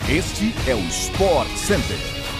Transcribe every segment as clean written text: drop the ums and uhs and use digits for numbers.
Este é o Sport Center.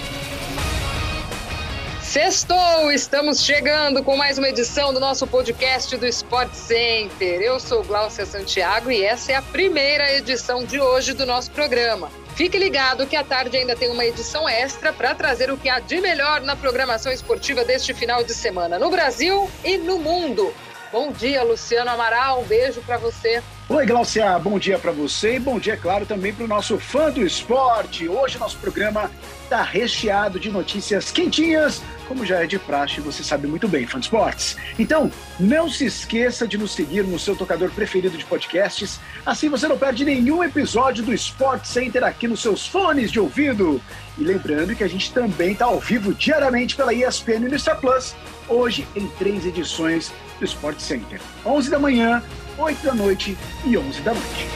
Sextou! Estamos chegando com mais uma edição do nosso podcast do Sport Center. Eu sou Gláucia Santiago e essa é a primeira edição de hoje do nosso programa. Fique ligado que à tarde ainda tem uma edição extra para trazer o que há de melhor na programação esportiva deste final de semana no Brasil e no mundo. Bom dia, Luciano Amaral, um beijo para você. Oi, Gláucia, bom dia para você e bom dia, claro, também para o nosso fã do esporte. Hoje nosso programa está recheado de notícias quentinhas, como já é de praxe, você sabe muito bem, fã de esportes. Então, não se esqueça de nos seguir no seu tocador preferido de podcasts, assim você não perde nenhum episódio do Sport Center aqui nos seus fones de ouvido. E lembrando que a gente também está ao vivo diariamente pela ESPN e no Star Plus, hoje em 3 edições do Sport Center. 11 da manhã, 8 da noite e 11 da noite.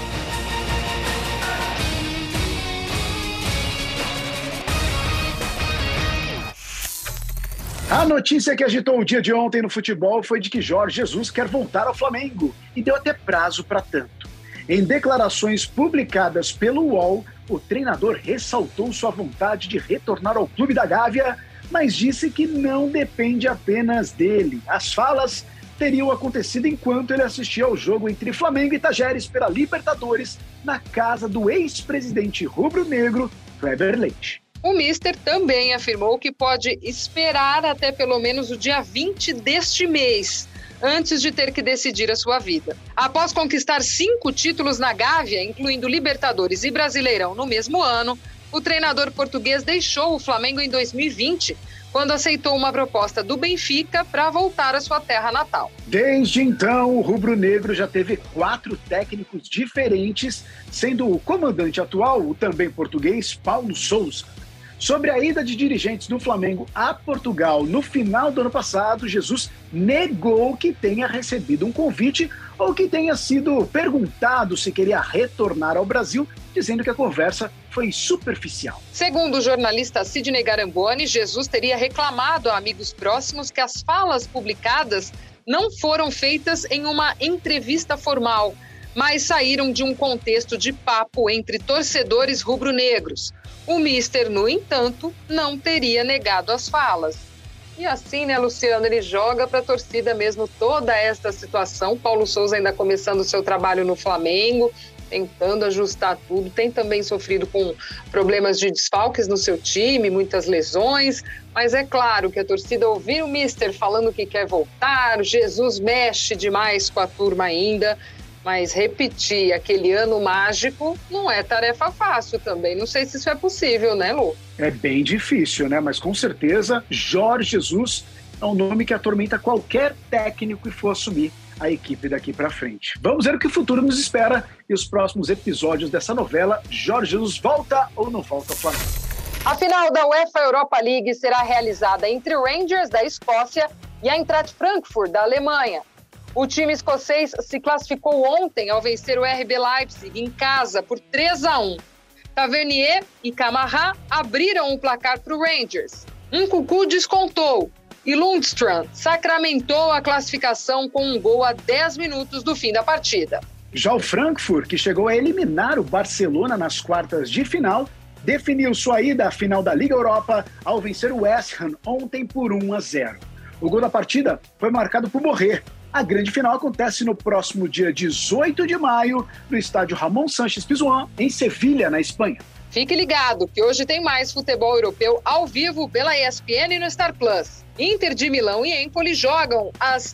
A notícia que agitou o dia de ontem no futebol foi de que Jorge Jesus quer voltar ao Flamengo e deu até prazo para tanto. Em declarações publicadas pelo UOL, o treinador ressaltou sua vontade de retornar ao clube da Gávea, mas disse que não depende apenas dele. As falas teriam acontecido enquanto ele assistia ao jogo entre Flamengo e Tajeres pela Libertadores na casa do ex-presidente rubro-negro Kleber Leite. O Mister também afirmou que pode esperar até pelo menos o dia 20 deste mês, antes de ter que decidir a sua vida. Após conquistar 5 títulos na Gávea, incluindo Libertadores e Brasileirão no mesmo ano, o treinador português deixou o Flamengo em 2020, quando aceitou uma proposta do Benfica para voltar à sua terra natal. Desde então, o rubro-negro já teve 4 técnicos diferentes, sendo o comandante atual, o também português, Paulo Sousa. Sobre a ida de dirigentes do Flamengo a Portugal no final do ano passado, Jesus negou que tenha recebido um convite ou que tenha sido perguntado se queria retornar ao Brasil, dizendo que a conversa foi superficial. Segundo o jornalista Sidney Garamboni, Jesus teria reclamado a amigos próximos que as falas publicadas não foram feitas em uma entrevista formal, mas saíram de um contexto de papo entre torcedores rubro-negros. O Mister, no entanto, não teria negado as falas. E assim, né, Luciano, ele joga para a torcida mesmo toda esta situação. Paulo Sousa ainda começando o seu trabalho no Flamengo, tentando ajustar tudo. Tem também sofrido com problemas de desfalques no seu time, muitas lesões. Mas é claro que a torcida ouvir o Mister falando que quer voltar, Jesus mexe demais com a turma ainda. Mas repetir aquele ano mágico não é tarefa fácil também. Não sei se isso é possível, né, Lu? É bem difícil, né? Mas com certeza, Jorge Jesus é um nome que atormenta qualquer técnico que for assumir a equipe daqui para frente. Vamos ver o que o futuro nos espera e os próximos episódios dessa novela. Jorge Jesus volta ou não volta ao Flamengo? A final da UEFA Europa League será realizada entre o Rangers, da Escócia, e a Eintracht Frankfurt, da Alemanha. O time escocês se classificou ontem ao vencer o RB Leipzig em casa por 3-1. Tavernier e Camará abriram o placar para o Rangers. Nkunku descontou e Lundstram sacramentou a classificação com um gol a 10 minutos do fim da partida. Já o Frankfurt, que chegou a eliminar o Barcelona nas quartas de final, definiu sua ida à final da Liga Europa ao vencer o West Ham ontem por 1-0. O gol da partida foi marcado por Borré. A grande final acontece no próximo dia 18 de maio, no estádio Ramon Sánchez Pizjuán, em Sevilha, na Espanha. Fique ligado que hoje tem mais futebol europeu ao vivo pela ESPN e no Star Plus. Inter de Milão e Empoli jogam às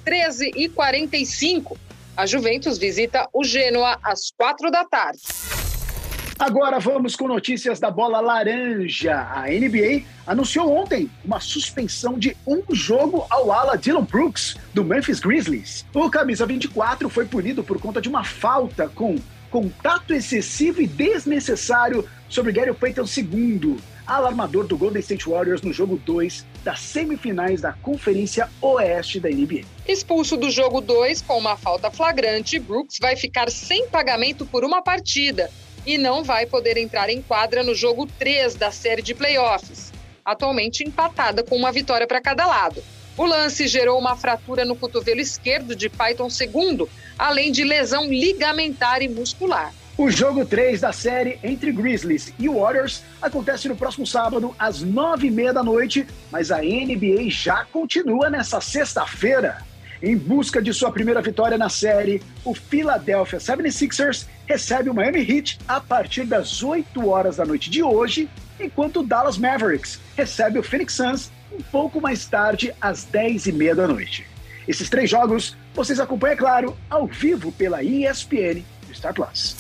13h45. A Juventus visita o Genoa às 4 da tarde. Agora vamos com notícias da bola laranja. A NBA anunciou ontem uma suspensão de um jogo ao ala Dillon Brooks, do Memphis Grizzlies. O camisa 24 foi punido por conta de uma falta com contato excessivo e desnecessário sobre Gary Payton II, alarmador do Golden State Warriors no jogo 2 das semifinais da Conferência Oeste da NBA. Expulso do jogo 2 com uma falta flagrante, Brooks vai ficar sem pagamento por uma partida e não vai poder entrar em quadra no jogo 3 da série de playoffs, atualmente empatada com uma vitória para cada lado. O lance gerou uma fratura no cotovelo esquerdo de Payton II, além de lesão ligamentar e muscular. O jogo 3 da série entre Grizzlies e Warriors acontece no próximo sábado, às 9h30 da noite, mas a NBA já continua nessa sexta-feira. Em busca de sua primeira vitória na série, o Philadelphia 76ers recebe o Miami Heat a partir das 8 horas da noite de hoje, enquanto o Dallas Mavericks recebe o Phoenix Suns um pouco mais tarde, às 10h30 da noite. Esses 3 jogos vocês acompanham, é claro, ao vivo pela ESPN do Star Plus.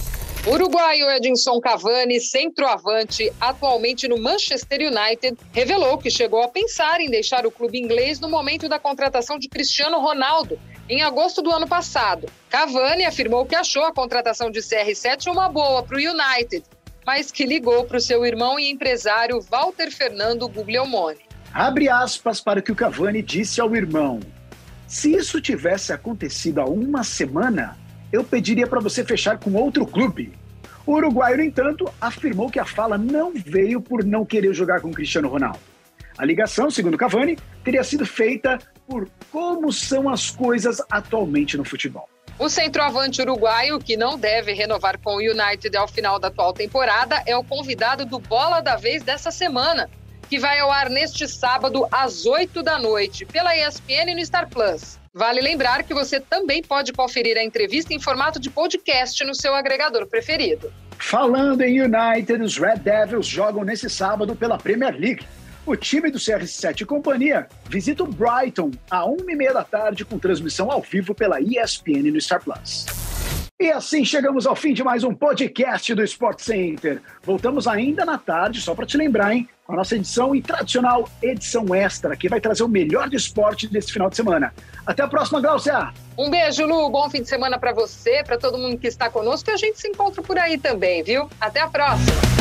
O uruguaio Edinson Cavani, centroavante, atualmente no Manchester United, revelou que chegou a pensar em deixar o clube inglês no momento da contratação de Cristiano Ronaldo, em agosto do ano passado. Cavani afirmou que achou a contratação de CR7 uma boa para o United, mas que ligou para o seu irmão e empresário Walter Fernando Guglielmone. Abre aspas para o que o Cavani disse ao irmão. Se isso tivesse acontecido há uma semana, eu pediria para você fechar com outro clube. O uruguaio, no entanto, afirmou que a fala não veio por não querer jogar com Cristiano Ronaldo. A ligação, segundo Cavani, teria sido feita por como são as coisas atualmente no futebol. O centroavante uruguaio, que não deve renovar com o United ao final da atual temporada, é o convidado do Bola da Vez dessa semana, que vai ao ar neste sábado às 8 da noite, pela ESPN e no Star Plus. Vale lembrar que você também pode conferir a entrevista em formato de podcast no seu agregador preferido. Falando em United, os Red Devils jogam nesse sábado pela Premier League. O time do CR7 e companhia visita o Brighton à 1h30 da tarde com transmissão ao vivo pela ESPN no Star Plus. E assim chegamos ao fim de mais um podcast do Sport Center. Voltamos ainda na tarde, só para te lembrar, hein? Com a nossa edição e tradicional edição extra, que vai trazer o melhor do esporte desse final de semana. Até a próxima, Glaucia! Um beijo, Lu. Bom fim de semana para você, para todo mundo que está conosco. E a gente se encontra por aí também, viu? Até a próxima!